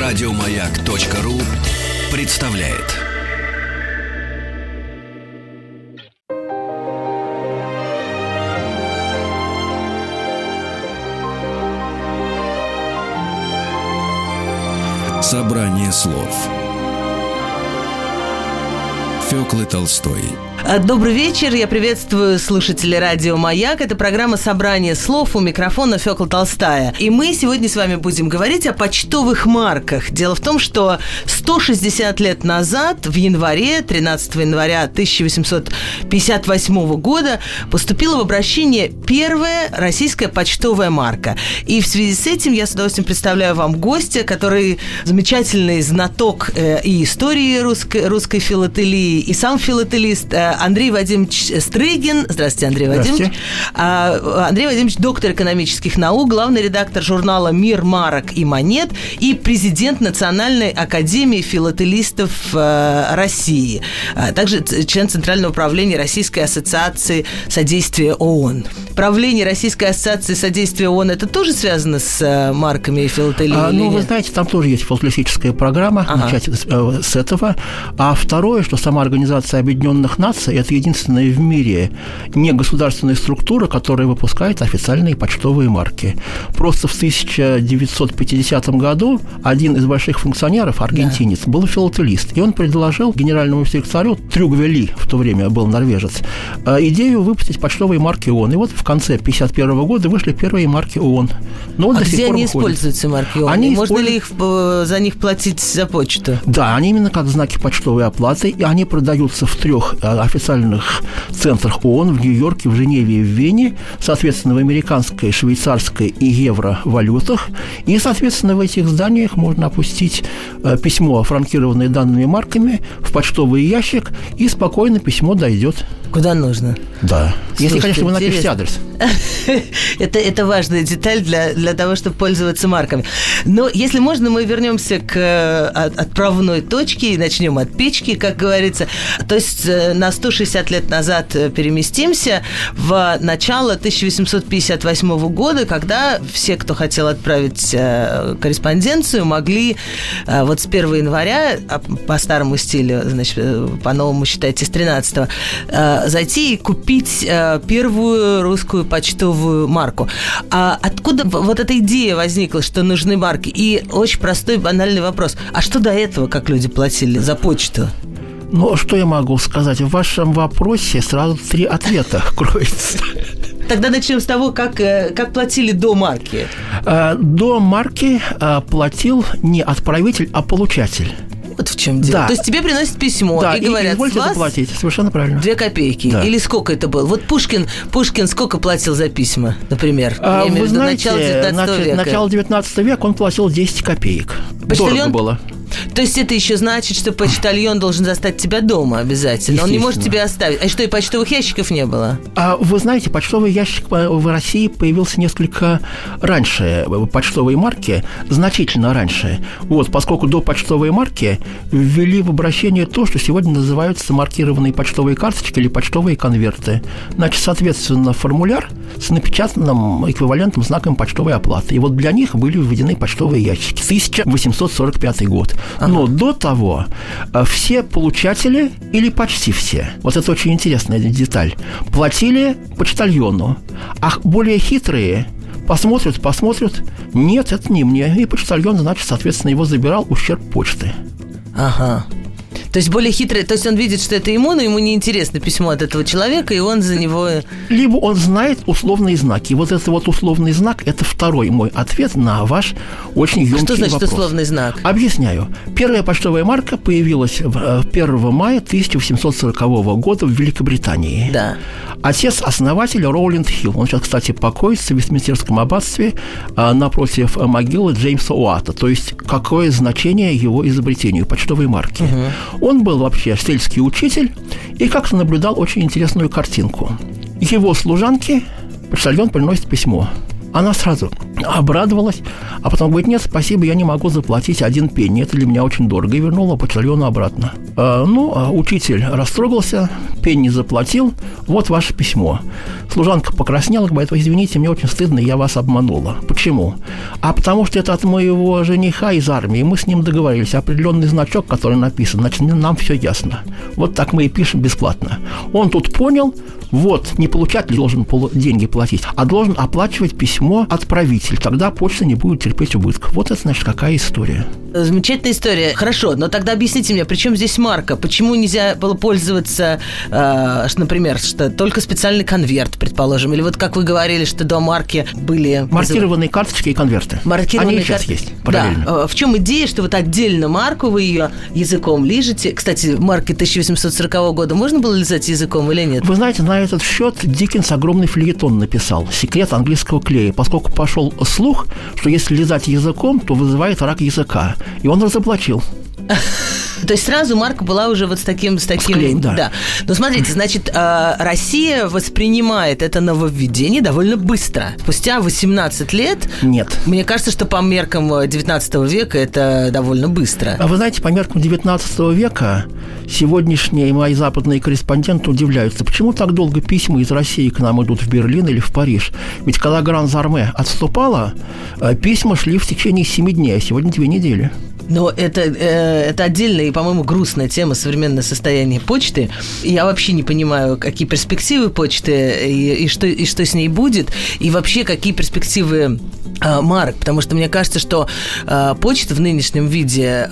Радиомаяк.ру представляет. Собрание слов Фёклы Толстой. Добрый вечер, я приветствую слушателей радио «Маяк». Это программа «Собрание слов», у микрофона Фёкла Толстая. И мы сегодня с вами будем говорить о почтовых марках. Дело в том, что 160 лет назад, в январе, 13 января 1858 года, поступила в обращение первая российская почтовая марка. И в связи с этим я с удовольствием представляю вам гостя, который замечательный знаток и истории русской филателии, и сам филателист Андрей Вадимович Стрыгин. Здравствуйте, Андрей Вадимович. Андрей Вадимович – доктор экономических наук, главный редактор журнала «Мир марок и монет» и президент Национальной академии филателистов России. Также член Центрального управления Российской ассоциации содействия ООН. Правление Российской ассоциации содействия ООН – это тоже связано с марками и филателией? Вы знаете, там тоже есть филателистическая программа, начать с этого. А второе, что сама Организация Объединенных Наций – это единственная в мире негосударственная структура, которая выпускает официальные почтовые марки. Просто в 1950 году один из больших функционеров, аргентинец, был филателист, и он предложил генеральному секретарю Трюгве, в то время был норвежец, идею выпустить почтовые марки ООН. И вот в конце 1951 года вышли первые марки ООН. Но где они используются, марки ООН? Можно ли за них платить за почту? Да, они именно как знаки почтовой оплаты, и они продаются в 3 официальных центрах ООН: в Нью-Йорке, в Женеве и в Вене, соответственно, в американской, швейцарской и евро валютах. И, соответственно, в этих зданиях можно опустить письмо, франкированное данными марками, в почтовый ящик, и спокойно письмо дойдет. Куда нужно? Да. Слушайте, если, конечно, вы напишете адрес. Это важная деталь для того, чтобы пользоваться марками. Но, если можно, мы вернемся к отправной точке и начнем от печки, как говорится. То есть на 160 лет назад переместимся в начало 1858 года, когда все, кто хотел отправить корреспонденцию, могли вот с 1 января, по старому стилю, значит, по-новому считайте, с 13-го, зайти и купить первую русскую почтовую марку. А откуда вот эта идея возникла, что нужны марки? И очень простой, банальный вопрос. А что до этого, как люди платили за почту? Ну, что я могу сказать? В вашем вопросе сразу 3 ответа кроется. Тогда начнем с того, как платили до марки. До марки платил не отправитель, а получатель. Вот в чем дело. Да. То есть тебе приносят письмо, да, и говорят, с вас заплатить. Совершенно правильно. 2 копейки. Да. Или сколько это было? Вот Пушкин сколько платил за письма, например? Я имею в виду начало 19 века. Начало 19 века он платил 10 копеек. Дорого было. То есть это еще значит, что почтальон должен застать тебя дома обязательно. Он не может тебя оставить. А что, и почтовых ящиков не было? Вы знаете, почтовый ящик в России появился несколько раньше. Почтовые марки значительно раньше. Вот, поскольку до почтовой марки ввели в обращение то, что сегодня называются маркированные почтовые карточки или почтовые конверты. Значит, соответственно, формуляр с напечатанным эквивалентным знаком почтовой оплаты. И вот для них были введены почтовые ящики. 1845 год. Но до того все получатели, или почти все, вот это очень интересная деталь, платили почтальону, а более хитрые посмотрят, нет, это не мне, и почтальон, значит, соответственно, его забирал ущерб почты. Ага. То есть более хитрый, то есть он видит, что это ему, но ему неинтересно письмо от этого человека, и он за него... Либо он знает условные знаки. Вот это вот условный знак – это второй мой ответ на ваш очень емкий вопрос. Что значит условный знак? Объясняю. Первая почтовая марка появилась 1 мая 1840 года в Великобритании. Да. Отец-основатель Роулинд Хилл. Он сейчас, кстати, покоится в Вестминстерском аббатстве напротив могилы Джеймса Уатта. То есть какое значение его изобретению почтовой марки. Угу. Он был вообще сельский учитель и как-то наблюдал очень интересную картинку. Его служанке почтальон приносит письмо. Она сразу Обрадовалась, а потом говорит: нет, спасибо, я не могу заплатить 1 пенни, это для меня очень дорого, и вернула почтальону обратно. Учитель растрогался, пенни заплатил, вот ваше письмо. Служанка покраснела, говорит: извините, мне очень стыдно, я вас обманула. Почему? А потому что это от моего жениха из армии, мы с ним договорились, определенный значок, который написан, значит, нам все ясно. Вот так мы и пишем бесплатно. Он тут понял, вот, не получатель должен деньги платить, а должен оплачивать письмо отправитель. Тогда почта не будет терпеть убытков. Вот это, значит, какая история. Замечательная история. Хорошо, но тогда объясните мне, при чем здесь марка? Почему нельзя было пользоваться, например, что только специальный конверт, предположим, или вот как вы говорили, что до марки были... Маркированные карточки и конверты. Маркированные Они сейчас есть параллельно. Да. В чем идея, что вот отдельно марку вы ее языком лижете? Кстати, марки 1840 года можно было лизать языком или нет? Вы знаете, на этот счет Диккенс огромный фельетон написал «Секрет английского клея», поскольку пошел слух, что если лизать языком, то вызывает рак языка. И он разоблачил. То есть сразу марка была уже вот с таким... Клеем, да. Но смотрите, значит, Россия воспринимает это нововведение довольно быстро. Спустя 18 лет... Нет. Мне кажется, что по меркам 19 века это довольно быстро. А вы знаете, по меркам 19 века сегодняшние мои западные корреспонденты удивляются, почему так долго письма из России к нам идут в Берлин или в Париж. Ведь когда Гран-Зарме отступала, письма шли в течение 7 дней, а сегодня 2 недели. Но это отдельная и, по-моему, грустная тема современное состояние почты. Я вообще не понимаю, какие перспективы почты и что с ней будет, и вообще какие перспективы марок, потому что мне кажется, что почта в нынешнем виде,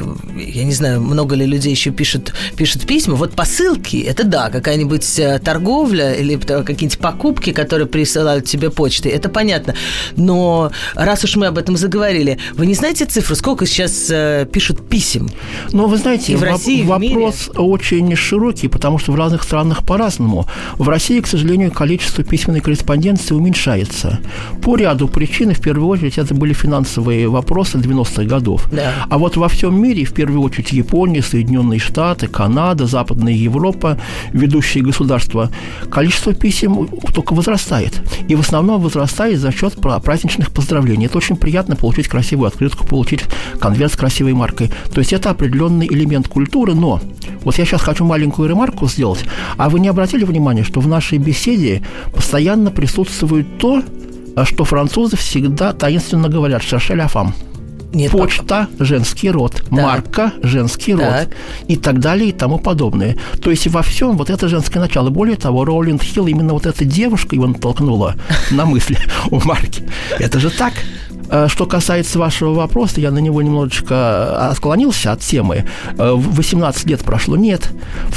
я не знаю, много ли людей еще пишут письма, вот посылки, это да, какая-нибудь торговля или какие-нибудь покупки, которые присылают тебе почтой, это понятно, но раз уж мы об этом заговорили, вы не знаете цифру, сколько сейчас пишут писем? Ну, вы знаете, в России, вопрос очень широкий, потому что в разных странах по-разному. В России, к сожалению, количество письменной корреспонденции уменьшается. По ряду причин, в первую очередь, это были финансовые вопросы 90-х годов. Да. А вот во всем мире, в первую очередь, Япония, Соединенные Штаты, Канада, Западная Европа, ведущие государства, количество писем только возрастает. И в основном возрастает за счет праздничных поздравлений. Это очень приятно получить красивую открытку, получить конверт с красивой маркой. То есть это определенный элемент культуры, но вот я сейчас хочу маленькую ремарку сделать. А вы не обратили внимания, что в нашей беседе постоянно присутствует то, что французы всегда таинственно говорят «cherchez la femme». Нет, почта – женский род, марка – женский род, и так далее, и тому подобное. То есть во всем вот это женское начало. Более того, Роулинг Хилл, именно вот эта девушка его натолкнула на мысли о марке. Это же так. Что касается вашего вопроса, я на него немножечко отклонился от темы. 18 лет прошло. Нет. В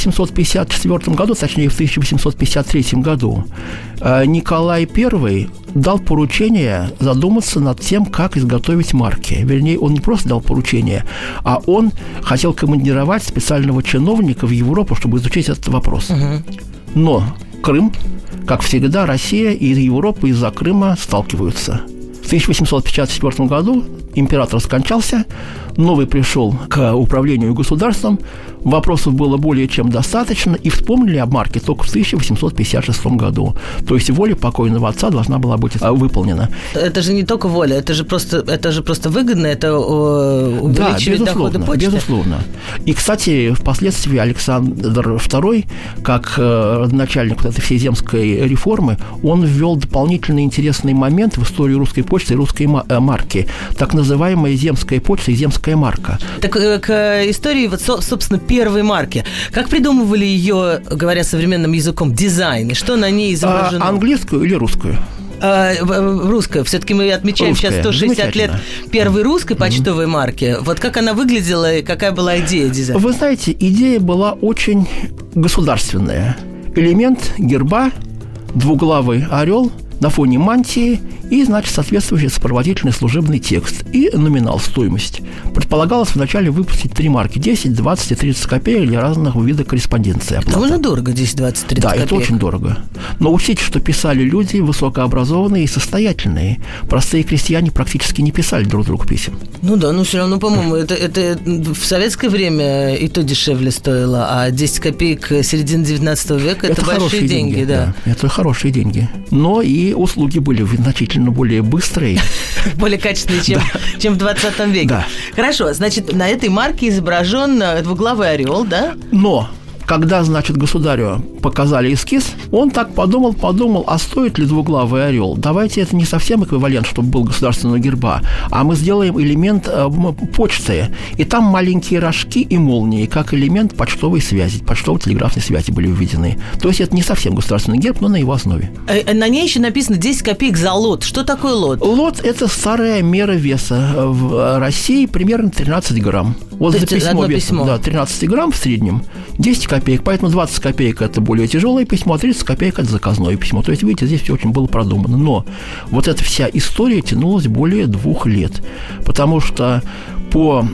1854 году, точнее, в 1853 году Николай I дал поручение задуматься над тем, как изготовить марки. Вернее, он не просто дал поручение, а он хотел командировать специального чиновника в Европу, чтобы изучить этот вопрос. Но Крым, как всегда, Россия и Европа из-за Крыма сталкиваются. В 1854 году император скончался, новый пришел к управлению государством, вопросов было более чем достаточно, и вспомнили об марке только в 1856 году. То есть воля покойного отца должна была быть выполнена. Это же не только воля, это же просто выгодно, это увеличивает доходы почты. Безусловно. И, кстати, впоследствии Александр II, как начальник вот этой всей земской реформы, он ввел дополнительный интересный момент в историю русской почты и русской марки, так называемая земская почта и земская марка. Так к истории, вот, собственно, первой марки. Как придумывали ее, говоря современным языком, дизайн? И что на ней изображено? Английскую или русскую? Русская. Все-таки мы отмечаем сейчас 160 лет первой русской почтовой марки. Вот как она выглядела и какая была идея дизайна? Вы знаете, идея была очень государственная. Элемент герба, двуглавый орел на фоне мантии и, значит, соответствующий сопроводительный служебный текст и номинал, стоимость. Предполагалось вначале выпустить 3 марки – 10, 20 и 30 копеек для разных видов корреспонденции. Это довольно дорого, 10, 20, 30 копеек. Да, это очень дорого. Но учтите, что писали люди высокообразованные и состоятельные. Простые крестьяне практически не писали друг другу писем. Ну да, но все равно, по-моему, это в советское время и то дешевле стоило, а 10 копеек середины 19 века – это большие деньги. Да. Это хорошие деньги. Но и и услуги были значительно более быстрые. Более качественные, чем в 20 веке. Да. Хорошо, значит, на этой марке изображен двуглавый орел, да? Но когда, значит, государю показали эскиз, он так подумал, а стоит ли двуглавый орел? Давайте это не совсем эквивалент, чтобы был государственного герба, а мы сделаем элемент почты. И там маленькие рожки и молнии, как элемент почтовой связи, почтово-телеграфной связи были введены. То есть это не совсем государственный герб, но на его основе. На ней еще написано 10 копеек за лот. Что такое лот? Лот – это старая мера веса. В России примерно 13 грамм. Вот то за письмо весом, да, 13 грамм в среднем, 10 копеек. Поэтому 20 копеек – это более тяжелое письмо, а 30 копеек – это заказное письмо. То есть, видите, здесь все очень было продумано. Но вот эта вся история тянулась более 2 лет. Потому что по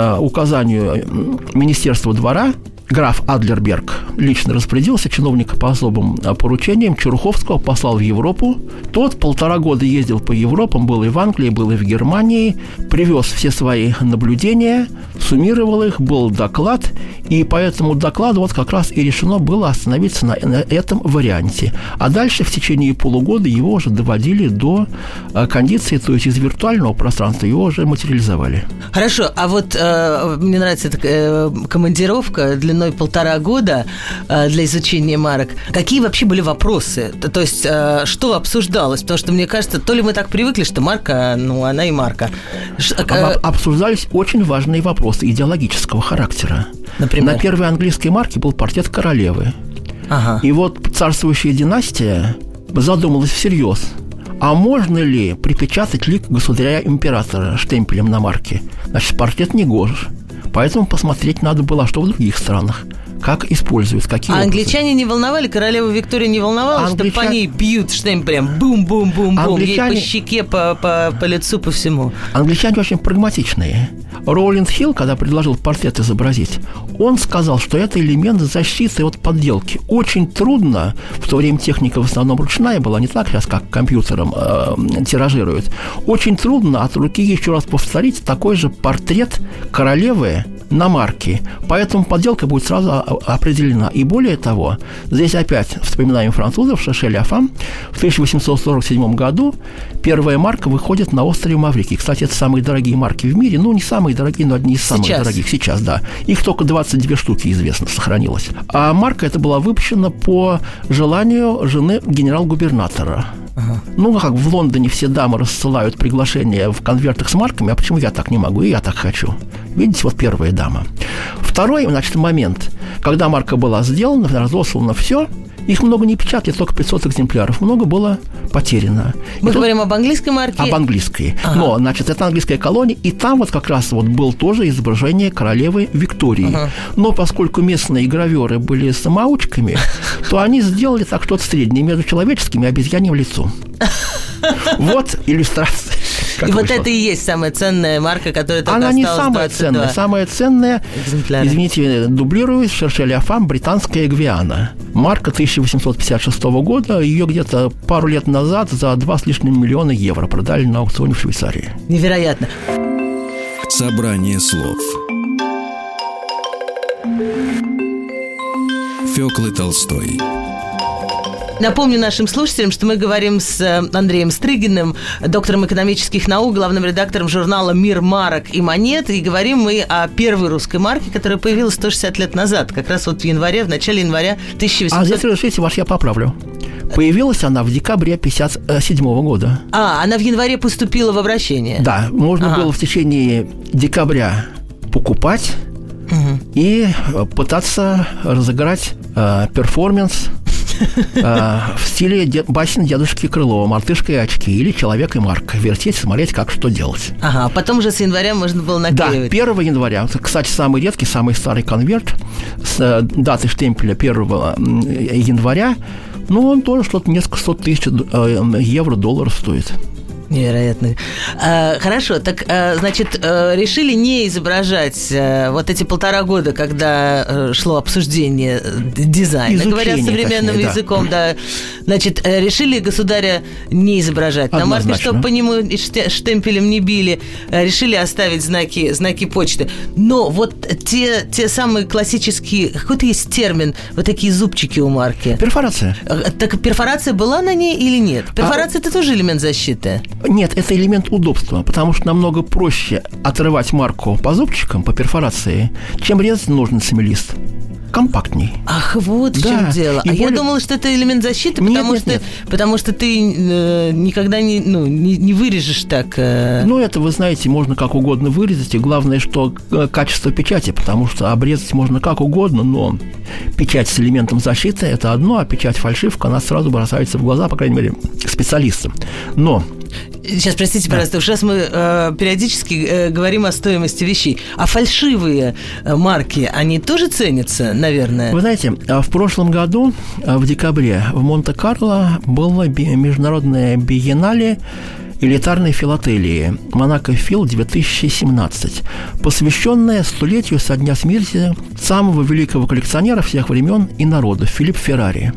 указанию Министерства двора граф Адлерберг лично распорядился, чиновника по особым поручениям, Чуруховского послал в Европу. Тот 1,5 года ездил по Европам, был и в Англии, был и в Германии, привез все свои наблюдения, суммировал их, был доклад, и по этому докладу вот как раз и решено было остановиться на этом варианте. А дальше в течение полугода его уже доводили до кондиции, то есть из виртуального пространства его уже материализовали. Хорошо, а вот мне нравится эта командировка длиной 1,5 года для изучения марок. Какие вообще были вопросы? То есть, что обсуждалось? Потому что, мне кажется, то ли мы так привыкли, что марка, ну, она и марка. Обсуждались очень важные вопросы идеологического характера. Например? На первой английской марке был портрет королевы. Ага. И вот царствующая династия задумалась всерьез, а можно ли припечатать лик государя-императора штемпелем на марке? Значит, портрет не гож. Поэтому посмотреть надо было, что в других странах, как используют, какие образы. Англичане не волновали, королева Виктория не волновала, что по ней бьют штемпелем, бум-бум-бум-бум, ей по щеке, по лицу, по всему. Англичане очень прагматичные. Роулинг Хилл, когда предложил портрет изобразить, он сказал, что это элемент защиты от подделки. Очень трудно, в то время техника в основном ручная была, не так сейчас, как компьютером тиражируют. Очень трудно от руки, еще раз повторить, такой же портрет королевы на марке. Поэтому подделка будет сразу определена. И более того, здесь опять вспоминаем французов, Шеше Ля-Фам. В 1847 году первая марка выходит на острове Маврикий. Кстати, это самые дорогие марки в мире. Ну, не самые дорогие, но одни из самых дорогих сейчас, да. Их только 22 штуки, известно, сохранилось. А марка эта была выпущена по желанию жены генерал-губернатора. Ага. Ну, как в Лондоне все дамы рассылают приглашения в конвертах с марками, а почему я так не могу, и я так хочу. Видите, вот первая дама. Второй, значит, момент, когда марка была сделана, разослана все, их много не печатали, только 500 экземпляров. Много было потеряно. Мы говорим об английской марке? Об английской. Ага. Но, значит, это английская колония, и там вот как раз вот было тоже изображение королевы Виктории. Ага. Но поскольку местные граверы были самоучками, то они сделали так что-то среднее между человеческим и обезьяньим лицом. Вот иллюстрация. И вот это и есть самая ценная марка, которая только осталась. Она не самая ценная. Самая ценная, экземпляра. Извините, дублирует Шерше Ля-Фам, британская Гвиана. Марка 1856 года. Ее где-то пару лет назад за 2 с лишним миллиона евро продали на аукционе в Швейцарии. Невероятно. Собрание слов Фёклы Толстой. Напомню нашим слушателям, что мы говорим с Андреем Стрыгиным, доктором экономических наук, главным редактором журнала «Мир марок и монет». И говорим мы о первой русской марке, которая появилась 160 лет назад, как раз вот в начале января 1800... А здесь, разрешите, я поправлю. Появилась она в декабре 1957 года. Она в январе поступила в обращение? Да, можно было в течение декабря покупать и пытаться разыграть перформанс в стиле басен дедушки Крылова «Мартышка и очки» или «Человек и марка». Вертеть, смотреть, как что делать. Ага, потом же с января можно было наклеивать. Да, 1 января. Кстати, самый редкий, самый старый конверт с датой штемпеля 1 января. Ну, он тоже что-то несколько сот тысяч евро, долларов стоит. Невероятно. Хорошо, так, значит, решили не изображать вот эти 1,5 года, когда шло обсуждение дизайна, говоря современным языком, да. Значит, решили государя не изображать на марке, чтобы по нему штемпелем не били. Решили оставить знаки почты. Но вот те самые классические, какой-то есть термин, вот такие зубчики у марки. Перфорация. Так перфорация была на ней или нет? Перфорация – это тоже элемент защиты? Нет, это элемент удобства, потому что намного проще отрывать марку по зубчикам, по перфорации, чем резать ножницами лист. Компактней. Ах, вот в чем дело. Я думала, что это элемент защиты, потому что ты никогда не вырежешь так. Это, вы знаете, можно как угодно вырезать, и главное, что качество печати, потому что обрезать можно как угодно, но печать с элементом защиты – это одно, а печать-фальшивка, она сразу бросается в глаза, по крайней мере, специалистам. Но... Сейчас, простите, пожалуйста, сейчас мы периодически говорим о стоимости вещей. А фальшивые марки, они тоже ценятся, наверное? Вы знаете, в прошлом году, в декабре, в Монте-Карло было международное биеннале элитарной филателии «Монако Фил 2017», посвященное столетию со дня смерти самого великого коллекционера всех времен и народов Филиппо Феррари.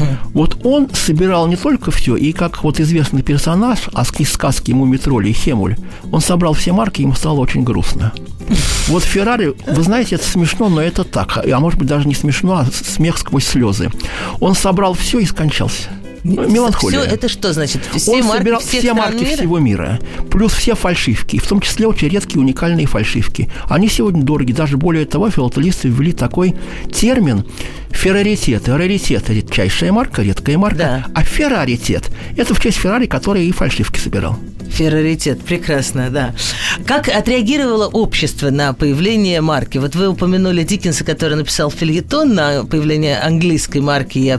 Вот он собирал не только все, и как вот известный персонаж из сказки «Мумий-тролль» и Хемуль, он собрал все марки, ему стало очень грустно. Вот Феррари, вы знаете, это смешно, но это так, а может быть даже не смешно, а смех сквозь слезы. Он собрал все и скончался. Меланхолия. Все это что значит? Он собирал все марки всего мира, плюс все фальшивки, в том числе очень редкие уникальные фальшивки. Они сегодня дороги. Даже более того, филателисты ввели такой термин ферраритет. Раритет – редчайшая марка, редкая марка. Да. А ферраритет – это в честь Феррари, который и фальшивки собирал. Ферраритет, прекрасно, да. Как отреагировало общество на появление марки? Вот вы упомянули Диккенса, который написал фельетон на появление английской марки и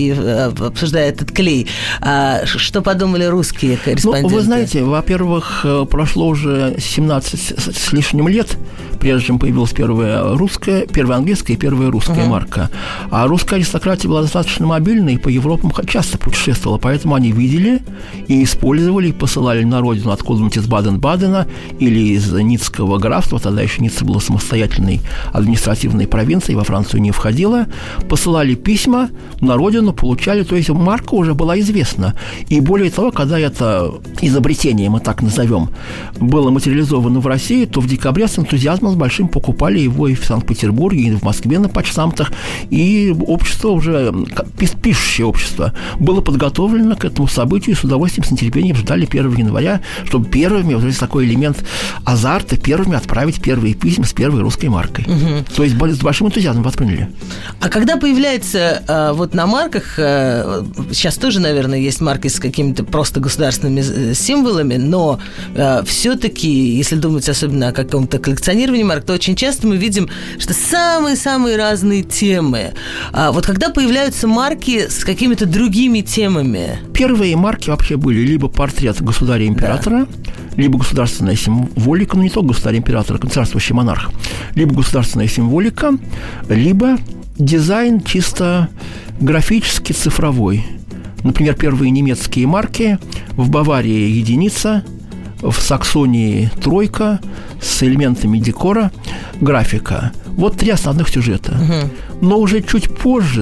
обсуждая этот клей. А что подумали русские корреспонденты? Вы знаете, во-первых, прошло уже 17 с лишним лет, прежде чем появилась первая английская и первая русская марка. А русская аристократия была достаточно мобильной и по Европам часто путешествовала, поэтому они видели и использовали, и посылали на родину откуда-нибудь из Баден-Бадена или из Ницкого графства, тогда еще Ницца была самостоятельной административной провинцией, во Францию не входила, посылали письма на родину, получали, то есть марка уже была известна. И более того, когда это изобретение, мы так назовем, было материализовано в России, то в декабре с энтузиазмом с большим покупали его и в Санкт-Петербурге, и в Москве на почтамтах, и общество уже, пишущее общество, было подготовлено к этому событию и с удовольствием, с нетерпением ждали 1 января, чтобы первыми, вот здесь такой элемент азарта, первыми отправить первые письма с первой русской маркой. То есть с большим энтузиазмом восприняли. А когда появляется вот на марках, сейчас тоже, наверное, есть марки с какими-то просто государственными символами, но все-таки, если думать особенно о каком-то коллекционировании марок, то очень часто мы видим, что самые-самые разные темы. Вот когда появляются марки с какими-то другими темами? Первые марки вообще были либо портрет государя-императора, либо государственная символика, не только государь-император, а царствующий монарх, либо государственная символика, либо дизайн чисто графически цифровой. Например, первые немецкие марки: в Баварии единица, в Саксонии тройка с элементами декора, графика. Вот 3 основных сюжета. Но уже чуть позже,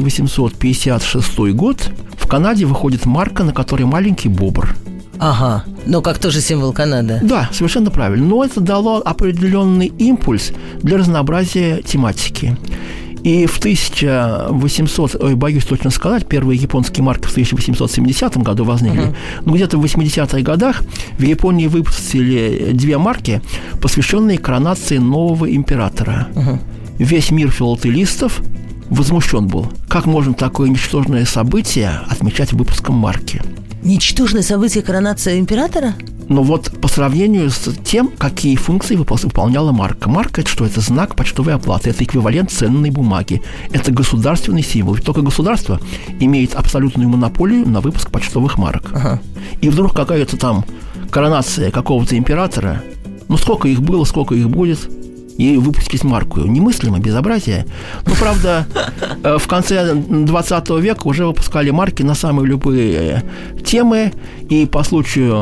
1856 год, в Канаде выходит марка, на которой маленький бобр. Ага, ну как тоже символ Канады. Да, совершенно правильно. Но это дало определенный импульс для разнообразия тематики. И в 1800, боюсь точно сказать, первые японские марки в 1870 году возникли. Но где-то в 80-х годах в Японии выпустили 2 марки, посвященные коронации нового императора. Весь мир филателистов возмущен был. Как можно такое ничтожное событие отмечать выпуском марки? Ничтожное событие коронация императора? Но вот по сравнению с тем, какие функции выполняла марка. Марка – это что? Это знак почтовой оплаты, это эквивалент ценной бумаги, это государственный символ. Ведь только государство имеет абсолютную монополию на выпуск почтовых марок. И вдруг какая-то там коронация какого-то императора, ну сколько их было, сколько их будет, и выпустить марку. Немыслимо, безобразие. Но, правда, в конце 20 века уже выпускали марки на самые любые темы, и по случаю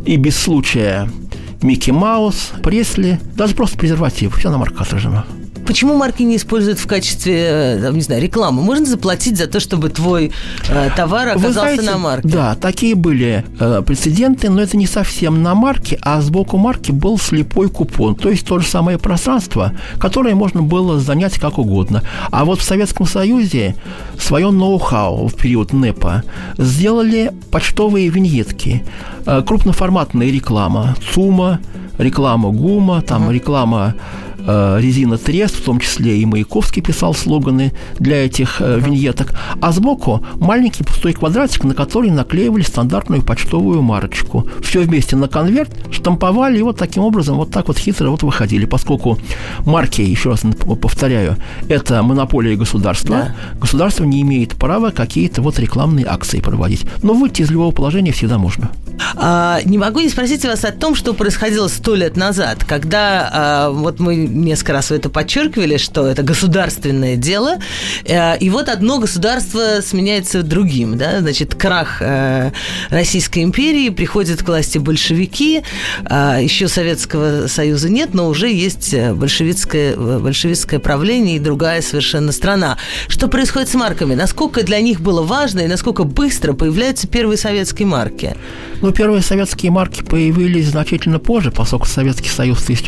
и без случая Микки Маус, Пресли, даже просто презерватив, все на марках отражено. Почему марки не используют в качестве, не знаю, рекламы? Можно заплатить за то, чтобы твой товар оказался на марке? Да, такие были прецеденты, но это не совсем на марке, а сбоку марки был слепой купон, то есть то же самое пространство, которое можно было занять как угодно. А вот в Советском Союзе свое ноу-хау в период НЭПа сделали почтовые виньетки, крупноформатная реклама ЦУМа, реклама ГУМа, там реклама резина Трест, в том числе и Маяковский писал слоганы для этих виньеток, а сбоку маленький пустой квадратик, на который наклеивали стандартную почтовую марочку. Все вместе на конверт, штамповали, и вот таким образом вот так вот хитро вот выходили. Поскольку марки, еще раз повторяю, это монополия государства, да. Государство не имеет права какие-то вот рекламные акции проводить. Но выйти из любого положения всегда можно. Не могу не спросить вас о том, что происходило 100 лет назад, когда вот мы несколько раз это подчеркивали, что это государственное дело, и вот одно государство сменяется другим, да, значит, крах Российской империи, приходят к власти большевики, еще Советского Союза нет, но уже есть большевистское правление и другая совершенно страна. Что происходит с марками? Насколько для них было важно и насколько быстро появляются первые советские марки? Ну, первые советские марки появились значительно позже, поскольку Советский Союз в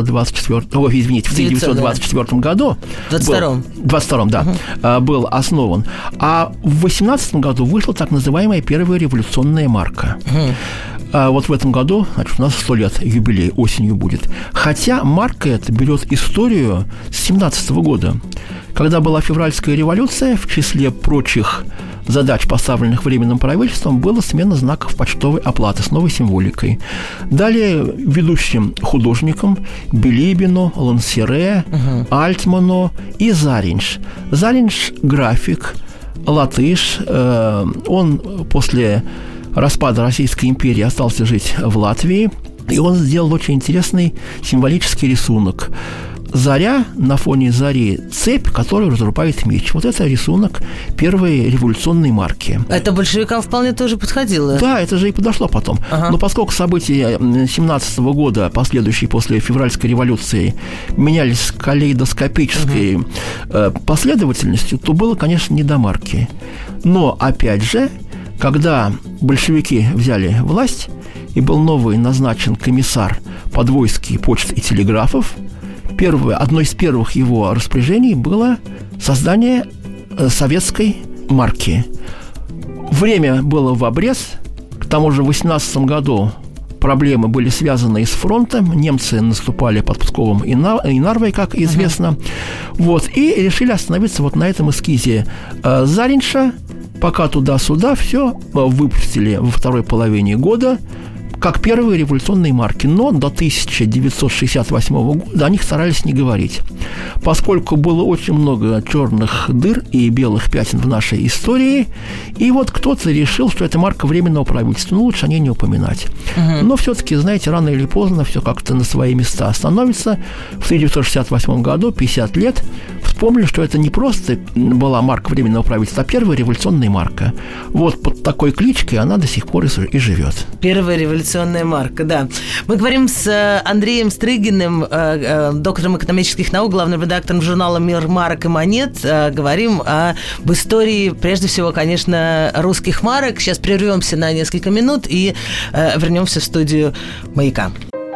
1924 году в 22-м, да, был основан. А в 18 году вышла так называемая первая революционная марка. Вот в этом году, значит, у нас 100 лет юбилей, осенью будет. Хотя марка эта берет историю с 17 года, когда была февральская революция, в числе прочих задач, поставленных Временным правительством, была смена знаков почтовой оплаты с новой символикой. Далее ведущим художникам Билибину, Лансере, Альтману и Заринж. Заринж – график, латыш. Он после распада Российской империи остался жить в Латвии, и он сделал очень интересный символический рисунок. Заря, на фоне зари цепь, которую разрубает меч. Вот это рисунок первой революционной марки. Это большевикам вполне тоже подходило. Да, это же и подошло потом. Но поскольку события 17 года, последующие после февральской революции, менялись калейдоскопической последовательностью, то было, конечно, не до марки. Но, опять же, когда большевики взяли власть, и был новый назначен комиссар подвойски почт и телеграфов, одно из первых его распоряжений было создание советской марки. Время было в обрез. К тому же в 18 году проблемы были связаны и с фронтом. Немцы наступали под Псковом и Нарвой, как известно. Вот, и решили остановиться вот на этом эскизе Заринша. Пока туда-сюда все выпустили во второй половине года как первые революционные марки, но до 1968 года о них старались не говорить, поскольку было очень много черных дыр и белых пятен в нашей истории, и вот кто-то решил, что это марка Временного правительства, ну, лучше о ней не упоминать. Но все-таки, знаете, рано или поздно все как-то на свои места становится. В 1968 году, 50 лет, вспомнили, что это не просто была марка Временного правительства, а первая революционная марка. Вот под такой кличкой она до сих пор и живет. Первая революционная марка, да. Мы говорим с Андреем Стрыгиным, доктором экономических наук, главным редактором журнала «Мир марок и монет». Говорим об истории, прежде всего, конечно, русских марок. Сейчас прервемся на несколько минут и вернемся в студию «Маяка».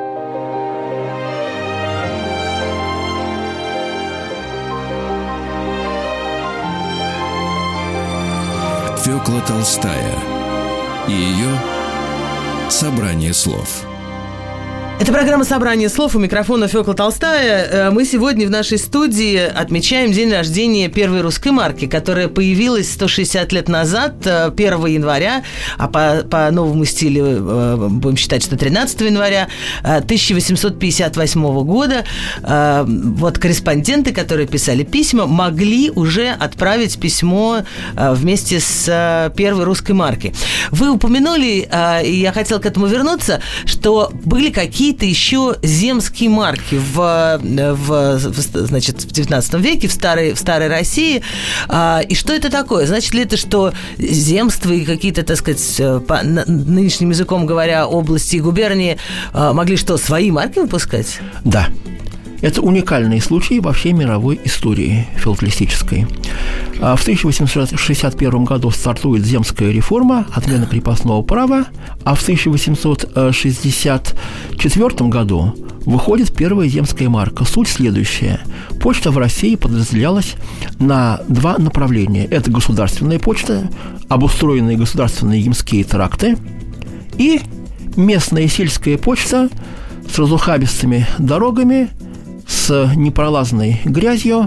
Фёкла Толстая и ее «Собрание слов». Это программа «Собрание слов», у микрофона Фёкла Толстая. Мы сегодня в нашей студии отмечаем день рождения первой русской марки, которая появилась 160 лет назад, 1 января, а по новому стилю будем считать, что 13 января 1858 года. Вот корреспонденты, которые писали письма, могли уже отправить письмо вместе с первой русской маркой. Вы упомянули, и я хотела к этому вернуться, что были какие какие-то еще земские марки значит, в 19 веке в старой России. И что это такое? Значит ли это, что земства и какие-то, так сказать, нынешним языком говоря, области и губернии могли что, свои марки выпускать? Да. Это уникальный случай во всей мировой истории филателистической. В 1861 году стартует земская реформа, отмена крепостного права, а в 1864 году выходит первая земская марка. Суть следующая. Почта в России подразделялась на два направления. Это государственная почта, обустроенные государственные земские тракты, и местная сельская почта с разухабистыми дорогами, с непролазной грязью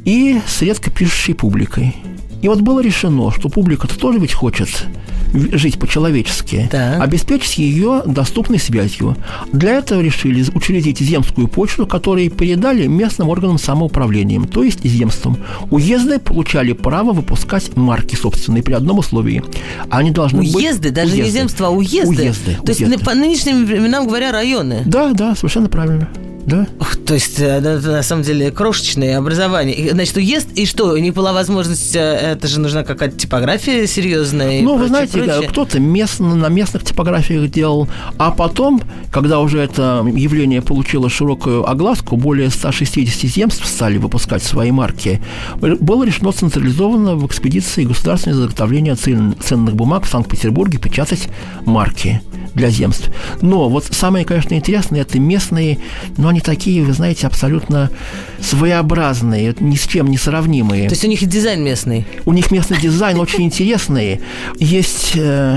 и с редко пишущей публикой. И вот было решено, что публика-то тоже ведь хочет жить по-человечески, да. Обеспечить ее доступной связью. Для этого решили учредить земскую почту, которую передали местным органам самоуправления, то есть земствам. Уезды получали право выпускать марки собственные при одном условии. Они должны быть... Уезды? Даже не земства, а уезды? Уезды. То есть, по нынешним временам говоря, районы? Да, совершенно правильно. Да. То есть, это на самом деле крошечное образование. Значит, уезд, и что? У них была возможность, это же нужна какая-то типография серьезная? Ну, вы знаете, кто-то на местных типографиях делал, а потом, когда уже это явление получило широкую огласку, более 160 земств стали выпускать свои марки, было решено централизованно в экспедиции государственного заготовления ценных бумаг в Санкт-Петербурге печатать марки для земств. Но вот самое, конечно, интересное, это местные, но они такие, вы знаете, абсолютно своеобразные, ни с чем не сравнимые. То есть у них и дизайн местный? У них местный дизайн очень интересный. Есть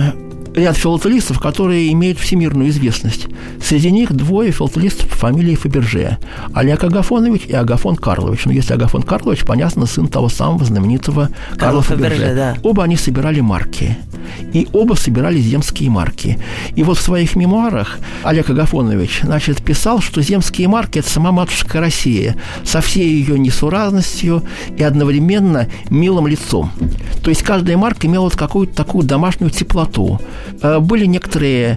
ряд филателистов, которые имеют всемирную известность. Среди них двое филателистов по фамилии Фаберже. Олег Агафонович и Агафон Карлович. Ну, если Агафон Карлович, понятно, сын того самого знаменитого Карла Фаберже. Да. Оба они собирали марки. И оба собирали земские марки. И вот в своих мемуарах Олег Агафонович, значит, писал, что земские марки – это сама матушка Россия со всей ее несуразностью и одновременно милым лицом. То есть каждая марка имела вот какую-то такую домашнюю теплоту. Были некоторые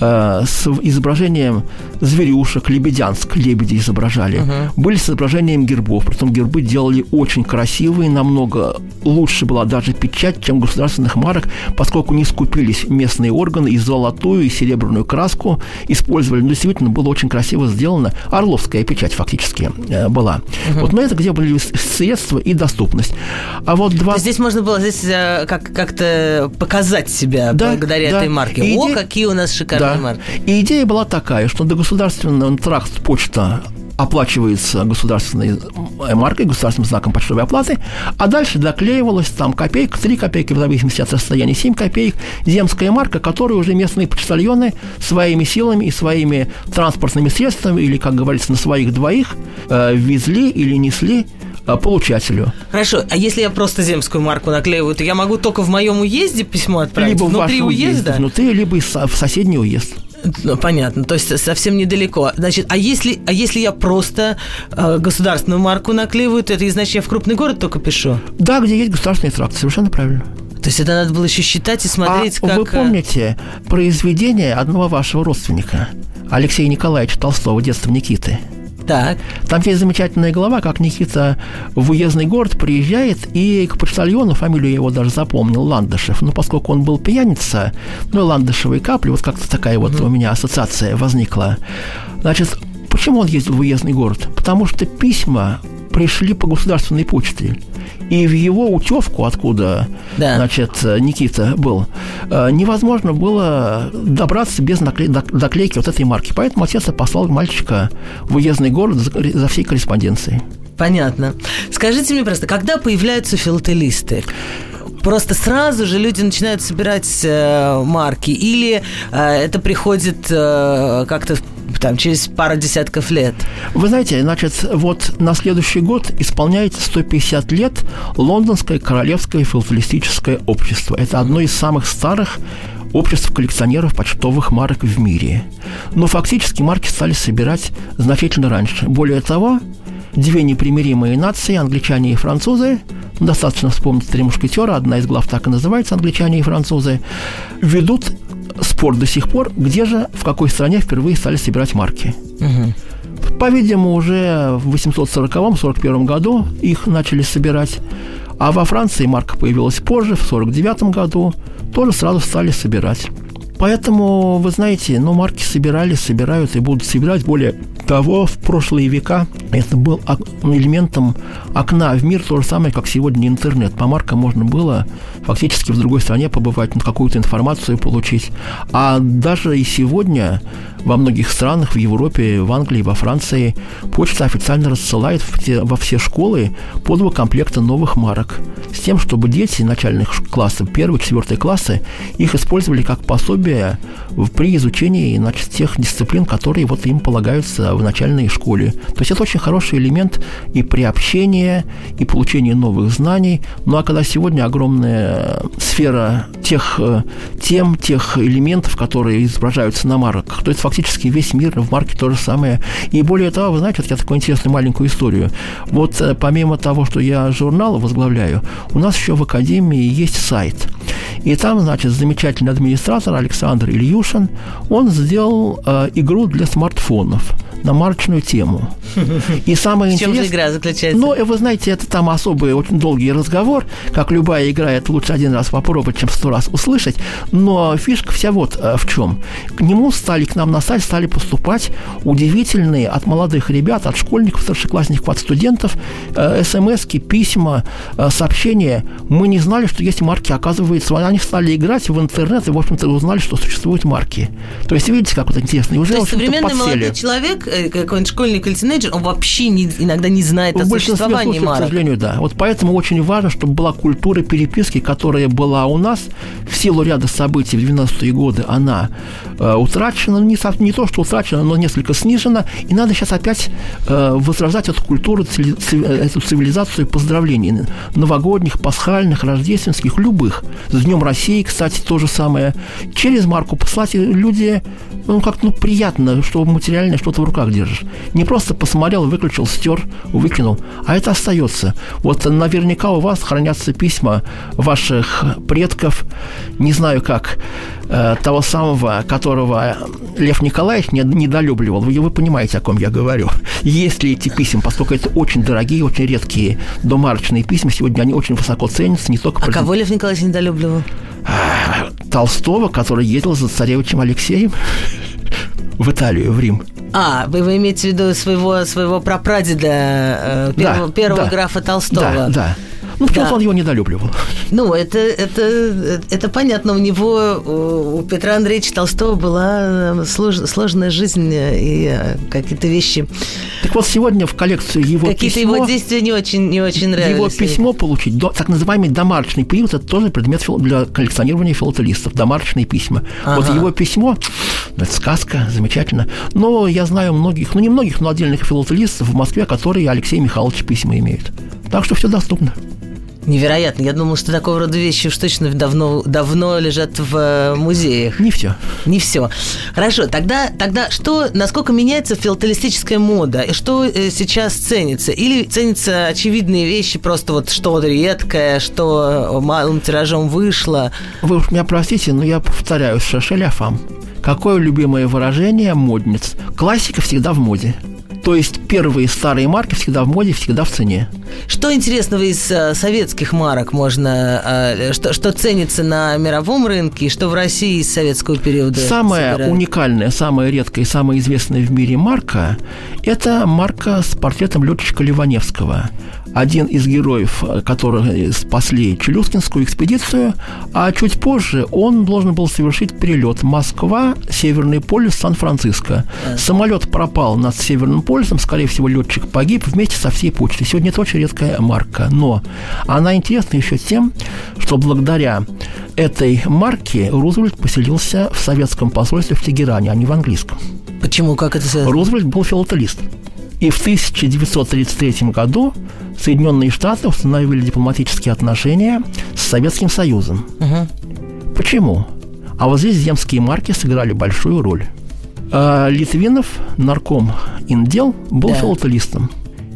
с изображением зверюшек, лебедянск, лебеди изображали. Были с изображением гербов. Притом гербы делали очень красивые, намного лучше была даже печать, чем государственных марок, поскольку не скупились местные органы, и золотую, и серебряную краску использовали. Но действительно было очень красиво сделано. Орловская печать фактически была. Вот на это где были средства и доступность. А вот здесь можно было как-то показать себя благодаря этой марке. Какие у нас шикарные марки. И идея была такая, что до государственного тракт почта оплачивается государственной маркой, государственным знаком почтовой оплаты, а дальше доклеивалась там копейка, 3 копейки, в зависимости от расстояния, 7 копеек, земская марка, которую уже местные почтальоны своими силами и своими транспортными средствами, или, как говорится, на своих двоих, везли или несли получателю. Хорошо, а если я просто земскую марку наклеиваю, то я могу только в моем уезде письмо отправить? Либо внутри в уезда? Внутри, либо в соседний уезд. Ну, понятно, то есть совсем недалеко. Значит, а если я просто государственную марку наклеиваю, то это значит, я в крупный город только пишу? Да, где есть государственный тракт, совершенно правильно. То есть это надо было еще считать и смотреть, как... Вы помните произведение одного вашего родственника, Алексея Николаевича Толстого «Детство Никиты»? Так. Там есть замечательная глава, как Никита в уездный город приезжает, и к почтальону, фамилию я его даже запомнил, Ландышев, но поскольку он был пьяница, ландышевые капли, вот как-то такая вот у меня ассоциация возникла. Значит, почему он ездил в уездный город? Потому что письма пришли по государственной почте. И в его утевку, откуда, значит, Никита был, невозможно было добраться без доклейки вот этой марки. Поэтому отец послал мальчика в уездный город за всей корреспонденцией. Понятно. Скажите мне просто, когда появляются филателисты? Просто сразу же люди начинают собирать марки? Или это приходит как-то через пару десятков лет? Вы знаете, значит, вот на следующий год исполняется 150 лет Лондонское королевское филателистическое общество. Это одно из самых старых обществ коллекционеров почтовых марок в мире. Но фактически марки стали собирать значительно раньше. Более того, две непримиримые нации, англичане и французы, достаточно вспомнить «Три мушкетера», одна из глав так и называется «Англичане и французы», ведут спор до сих пор, где же, в какой стране впервые стали собирать марки. По-видимому, уже в 840-41 году их начали собирать, а во Франции марка появилась позже, в 49 году, тоже сразу стали собирать. Поэтому, вы знаете, марки собирают и будут собирать. Более того, в прошлые века это был элементом окна в мир, то же самое, как сегодня интернет. По маркам можно было фактически в другой стране побывать, какую-то информацию получить. А даже и сегодня во многих странах, в Европе, в Англии, во Франции, почта официально рассылает во все школы по 2 комплекта новых марок, с тем, чтобы дети начальных классов, 1-4 классы, их использовали как пособие при изучении, тех дисциплин, которые им полагаются в начальной школе. То есть это очень хороший элемент и приобщения, и получения новых знаний. А когда сегодня огромная сфера тех тем, тех элементов, которые изображаются на марках, то это фактически весь мир, в марке то же самое. И более того, вы знаете, я такую интересную маленькую историю. Помимо того, что я журнал возглавляю, у нас еще в Академии есть сайт. И там, замечательный администратор Александр Ильюшин, он сделал игру для смартфонов на марочную тему. И самое интересное... В чем же игра заключается? Вы знаете, это там особый, очень долгий разговор. Как любая игра, это лучше один раз попробовать, чем 100 раз услышать. Но фишка вся в чем. К нам на сайт стали поступать удивительные от молодых ребят, от школьников, старшеклассников, от студентов смс-ки, письма, сообщения. Мы не знали, что есть марки, оказывается. Они стали играть в интернет и, в общем-то, узнали, что существуют марки. То есть, видите, как интересно. И уже, то есть, современный молодой человек, какой-нибудь школьник или тинейджер, он вообще иногда не знает о существовании марок. К сожалению, да. Поэтому очень важно, чтобы была культура переписки, которая была у нас в силу ряда событий в 90-е годы. Она утрачена, не то, что утрачена, но несколько снижена. И надо сейчас опять возрождать эту культуру, эту цивилизацию поздравлений. Новогодних, пасхальных, рождественских, любых. С Днем России, кстати, то же самое. Через марку послать люди, как-то приятно, что материальное что-то в руках держишь. Не просто посмотрел, выключил, стер, выкинул, а это остается. Наверняка у вас хранятся письма ваших предков, не знаю как, того самого, которого Лев Николаевич недолюбливал. Вы понимаете, о ком я говорю. Есть ли эти письма, поскольку это очень дорогие, очень редкие домарочные письма, сегодня они очень высоко ценятся, не только... кого Лев Николаевич недолюбливал? Толстого, который ездил за царевичем Алексеем в Италию, в Рим. Вы имеете в виду своего прапрадеда, первого графа Толстого? Да. Почему-то он его недолюбливал. Это понятно. У Петра Андреевича Толстого была сложная жизнь и какие-то вещи. Так сегодня в коллекцию его какие-то письмо... его действия не очень нравились. Его письмо получить, так называемый домарочный период, это тоже предмет для коллекционирования филателистов. Домарочные письма. Его письмо, это сказка, замечательно. Но я знаю многих, не многих, но отдельных филателистов в Москве, которые Алексея Михайловича письма имеют. Так что все доступно. Невероятно. Я думал, что такого рода вещи уж точно давно лежат в музеях. Не все. Не все. Хорошо. Тогда насколько меняется филателистическая мода? И что сейчас ценится? Или ценятся очевидные вещи, просто что редкое, что малым тиражом вышло? Вы уж меня простите, но я повторяю, шашеляфам. Какое любимое выражение модниц? Классика всегда в моде. То есть первые старые марки всегда в моде, всегда в цене. Что интересного из советских марок что ценится на мировом рынке, и что в России из советского периода? Самая уникальная, самая редкая и самая известная в мире марка – это марка с портретом летчика Ливаневского. Один из героев, которые спасли Челюскинскую экспедицию, а чуть позже он должен был совершить перелет Москва, Северный полюс, Сан-Франциско. Самолет пропал над Северным полюсом, скорее всего, летчик погиб вместе со всей почтой. Сегодня это очень редкая марка, но она интересна еще тем, что благодаря этой марке Рузвельт поселился в советском посольстве в Тегеране, а не в английском. Почему? Как это связано? Рузвельт был филателист. И в 1933 году Соединенные Штаты установили дипломатические отношения с Советским Союзом. Почему? А здесь земские марки сыграли большую роль. Литвинов, нарком индел, был филателистом.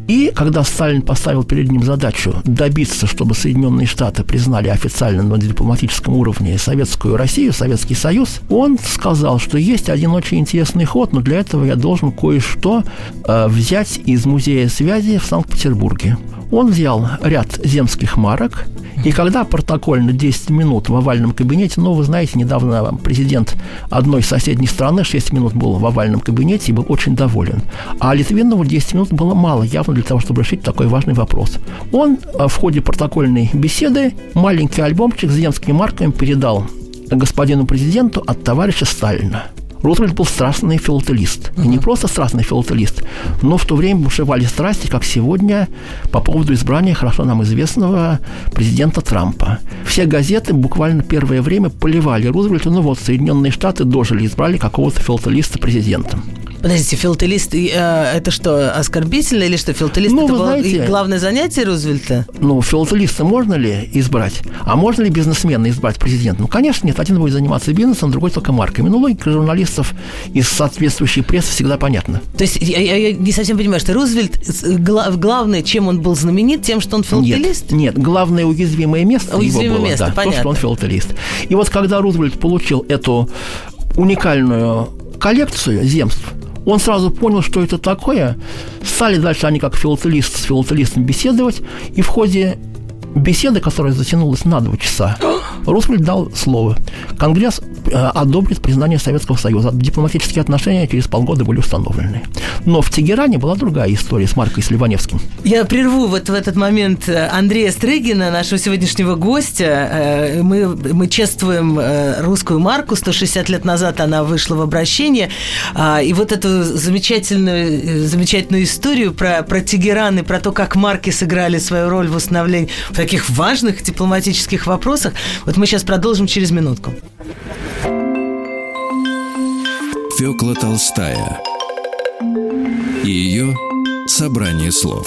И когда Сталин поставил перед ним задачу добиться, чтобы Соединенные Штаты признали официально на дипломатическом уровне Советскую Россию, Советский Союз, он сказал, что есть один очень интересный ход, но для этого я должен кое-что взять из Музея связи в Санкт-Петербурге. Он взял ряд земских марок, и когда протокольно 10 минут в овальном кабинете, вы знаете, недавно президент одной соседней страны 6 минут был в овальном кабинете и был очень доволен. А Литвинову 10 минут было мало, явно для того, чтобы решить такой важный вопрос. Он в ходе протокольной беседы маленький альбомчик с земскими марками передал господину президенту от товарища Сталина. Рузвельт был страстный филателист. И не просто страстный филателист, но в то время бушевали страсти, как сегодня, по поводу избрания хорошо нам известного президента Трампа. Все газеты буквально первое время поливали Рузвельта. Соединенные Штаты дожили, избрали какого-то филателиста президентом. Подождите, филателист, это что, оскорбительно или что? Филателист это было главное занятие Рузвельта? Филателиста можно ли избрать? А можно ли бизнесмена избрать президентом? Конечно, нет. Один будет заниматься бизнесом, другой только марками. Логика журналистов из соответствующей прессы всегда понятна. То есть я не совсем понимаю, что Рузвельт, главное, чем он был знаменит, тем, что он филателист? Нет, главное уязвимое место его было, место, то, что он филателист. И когда Рузвельт получил эту уникальную коллекцию земств, он сразу понял, что это такое. Стали дальше они как филателист с филателистом беседовать. И в ходе беседы, которая затянулась на 2 часа, Рузвельт дал слово. Конгресс одобрит признание Советского Союза. Дипломатические отношения через полгода были установлены. Но в Тегеране была другая история с Маркой Сливаневским. Я прерву в этот момент Андрея Стрыгина, нашего сегодняшнего гостя. Мы чествуем русскую марку. 160 лет назад она вышла в обращение. И эту замечательную историю про Тегеран и про то, как марки сыграли свою роль в установлении в таких важных дипломатических вопросах, мы сейчас продолжим через минутку. Фёкла Толстая и ее собрание слов.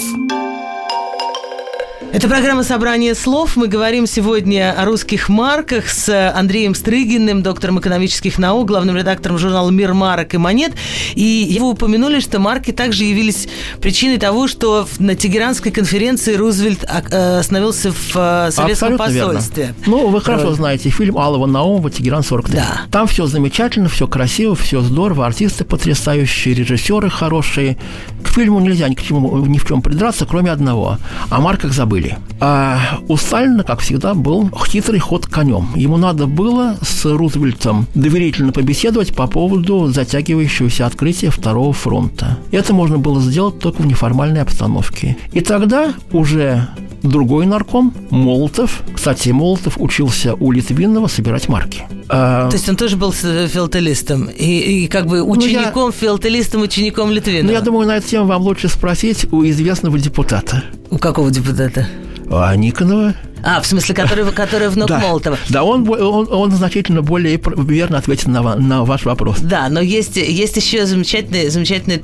Это программа «Собрание слов». Мы говорим сегодня о русских марках с Андреем Стрыгиным, доктором экономических наук, главным редактором журнала «Мир марок и монет». И вы упомянули, что марки также явились причиной того, что на Тегеранской конференции Рузвельт остановился в советском Абсолютно посольстве. Верно. Вы хорошо знаете фильм Алова Наумова «Тегеран-43». Да. Там все замечательно, все красиво, все здорово, артисты потрясающие, режиссеры хорошие. К фильму нельзя ни к чему, ни в чем придраться, кроме одного. О марках забыли. А у Сталина, как всегда, был хитрый ход конем. Ему надо было с Рузвельтом доверительно побеседовать по поводу затягивающегося открытия Второго фронта. Это можно было сделать только в неформальной обстановке. И тогда уже другой нарком, Молотов. Кстати, Молотов учился у Литвинова собирать марки. То есть он тоже был филателистом и учеником, филателистом, учеником Литвинова. Я думаю, на эту тему вам лучше спросить у известного депутата. У какого депутата? Никонова. В смысле, который внук Молотова. Да, он значительно более верно ответит на ваш вопрос. Да, но есть еще замечательная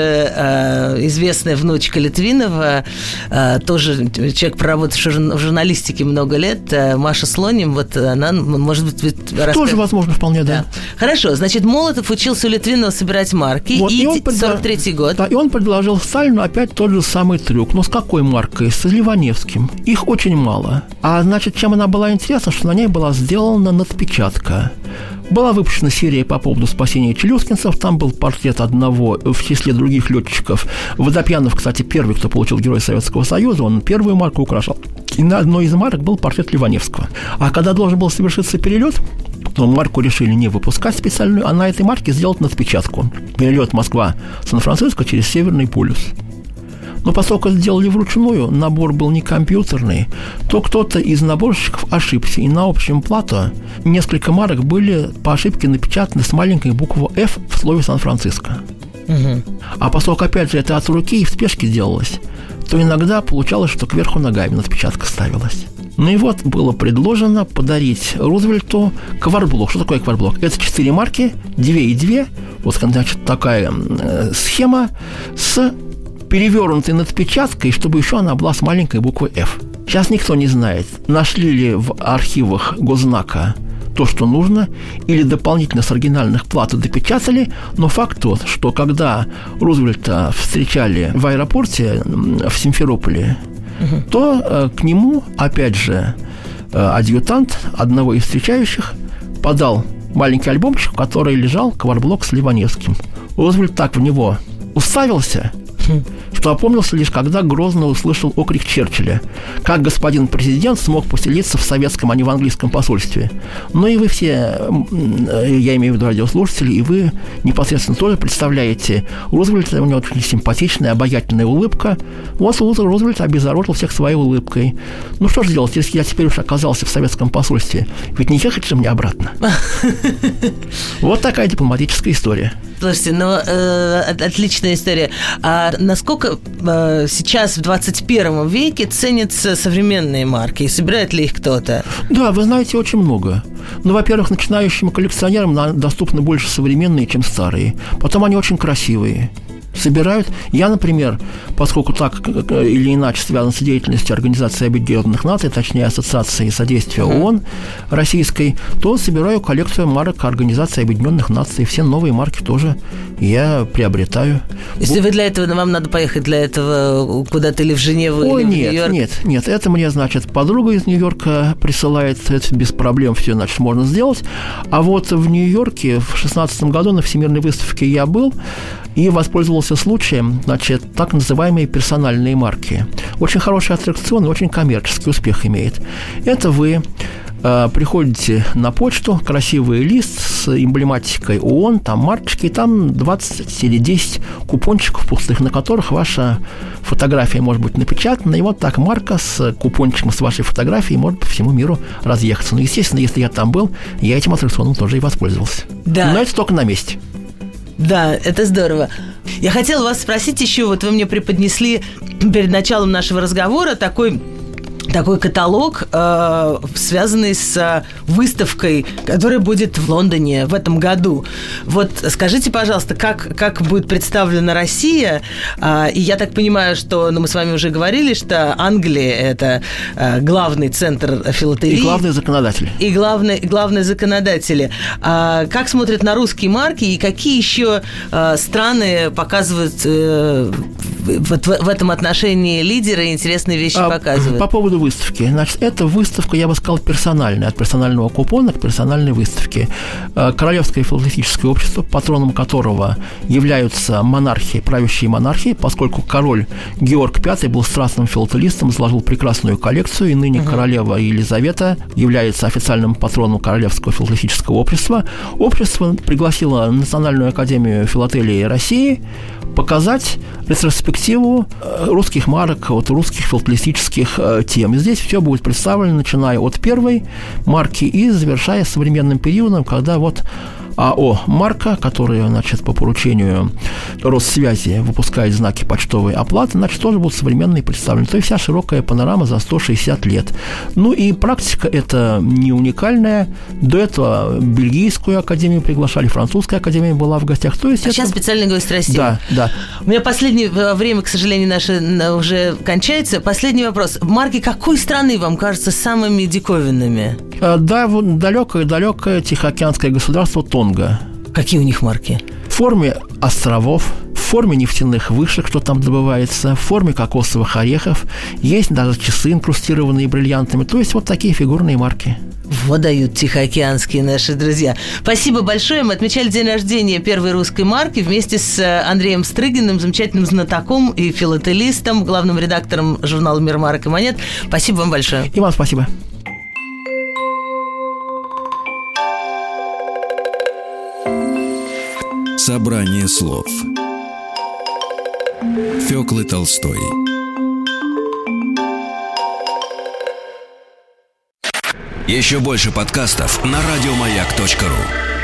тоже известная внучка Литвинова, тоже человек, проработавший в журналистике много лет, Маша Слоним, она, может быть... Тоже, возможно, вполне, да. Хорошо, значит, Молотов учился у Литвинова собирать марки, и 43-й год. Да, и он предложил Сталину опять тот же самый трюк. Но с какой маркой? С Ливаневским. Их очень мало. А значит, чем она была интересна, что на ней была сделана надпечатка. Была выпущена серия по поводу спасения челюскинцев. Там был портрет одного в числе других летчиков. Водопьянов, кстати, первый, кто получил Героя Советского Союза. Он первую марку украшал. И на одной из марок был портрет Ливаневского. А когда должен был совершиться перелет, то марку решили не выпускать специальную, а на этой марке сделать надпечатку. Перелет Москва-Сан-Франциско через Северный полюс. Но поскольку сделали вручную, набор был не компьютерный, то кто-то из наборщиков ошибся, и на общем плато несколько марок были по ошибке напечатаны с маленькой буквы «Ф» в слове «Сан-Франциско». Угу. А поскольку, опять же, это от руки и в спешке делалось, то иногда получалось, что кверху ногами надпечатка ставилась. Было предложено подарить Рузвельту кварблок. Что такое кварблок? Это 4 марки, 2 и 2. Значит, такая схема с перевернутой надпечаткой, чтобы еще она была с маленькой буквой «Ф». Сейчас никто не знает, нашли ли в архивах Госзнака то, что нужно, или дополнительно с оригинальных плат допечатали, но факт тот, что когда Рузвельта встречали в аэропорте в Симферополе, то к нему, опять же, адъютант одного из встречающих подал маленький альбомчик, в который лежал кавер-блок с Ливаневским. Рузвельт так в него уставился, что опомнился лишь когда грозно услышал окрик Черчилля: «Как господин президент смог поселиться в советском, а не в английском посольстве?» Ну и вы все, я имею в виду радиослушатели, и вы непосредственно тоже представляете Рузвельта, у него очень симпатичная, обаятельная улыбка. Вот Рузвельт обезоружил всех своей улыбкой. Ну что же делать, если я теперь уж оказался в советском посольстве? Ведь не ехать же мне обратно. Вот такая дипломатическая история. Слушайте, отличная история. А насколько сейчас, в 21 веке, ценятся современные марки? И собирает ли их кто-то? Да, вы знаете, очень много. Ну, во-первых, начинающим коллекционерам доступны больше современные, чем старые. Потом они очень красивые. Собирают. Я, например, поскольку так или иначе связан с деятельностью Организации Объединенных Наций, точнее, Ассоциации содействия ООН российской, то собираю коллекцию марок Организации Объединенных Наций. Все новые марки тоже я приобретаю. Если вы для этого, вам надо поехать для этого куда-то или в Женеву, или в Нью-Йорк? Нет. Это мне, значит, подруга из Нью-Йорка присылает. Это без проблем все, значит, можно сделать. А вот в Нью-Йорке в 2016 году на Всемирной выставке я был и воспользовался случаем, значит, так называемые персональные марки. Очень хороший аттракцион и очень коммерческий успех имеет. Это вы приходите на почту, красивый лист с эмблематикой ООН, там марочки, там 20 или 10 купончиков пустых, на которых ваша фотография может быть напечатана, и вот так марка с купончиком с вашей фотографией может по всему миру разъехаться. Но, естественно, если я там был, я этим аттракционом тоже и воспользовался. Да. Но это только на месте. Да, это здорово. Я хотела вас спросить еще, вот вы мне преподнесли перед началом нашего разговора такой каталог, связанный с выставкой, которая будет в Лондоне в этом году. Вот скажите, пожалуйста, как будет представлена Россия? И я так понимаю, что, мы с вами уже говорили, что Англия – это главный центр филателии. И главный законодатель. И главные законодатели. Как смотрят на русские марки и какие еще страны показывают в этом отношении лидеры, интересные вещи показывают? По поводу выставки. Значит, эта выставка, я бы сказал, персональная. От персонального купона к персональной выставке. Королевское филателистическое общество, патроном которого являются монархи, правящие монархии, поскольку король Георг V был страстным филателистом, заложил прекрасную коллекцию, и ныне королева Елизавета является официальным патроном Королевского филателистического общества. Общество пригласило Национальную академию филателии России показать ретроспективу русских марок, от русских филателистических тем. И здесь все будет представлено, начиная от первой марки и завершая современным периодом, когда вот АО «Марка», которая, значит, по поручению Россвязи выпускает знаки почтовой оплаты, значит, тоже будут современные представлены. То есть вся широкая панорама за 160 лет. Ну и практика эта не уникальная. До этого бельгийскую академию приглашали, французская академия была в гостях. То есть сейчас специальный гость России. Да. У меня последнее время, к сожалению, наше уже кончается. Последний вопрос. Марки какой страны вам кажутся самыми диковинными? Да, вот далекое Тихоокеанское государство Тонга. Какие у них марки? В форме островов, в форме нефтяных вышек, что там добывается, в форме кокосовых орехов. Есть даже часы, инкрустированные бриллиантами. То есть вот такие фигурные марки. Вот дают тихоокеанские наши друзья. Спасибо большое. Мы отмечали день рождения первой русской марки вместе с Андреем Стрыгиным, замечательным знатоком и филателистом, главным редактором журнала «Мир марок и монет». Спасибо вам большое. И вам спасибо. Собрание слов Фёклы Толстой. Еще больше подкастов на радиомаяк.ру.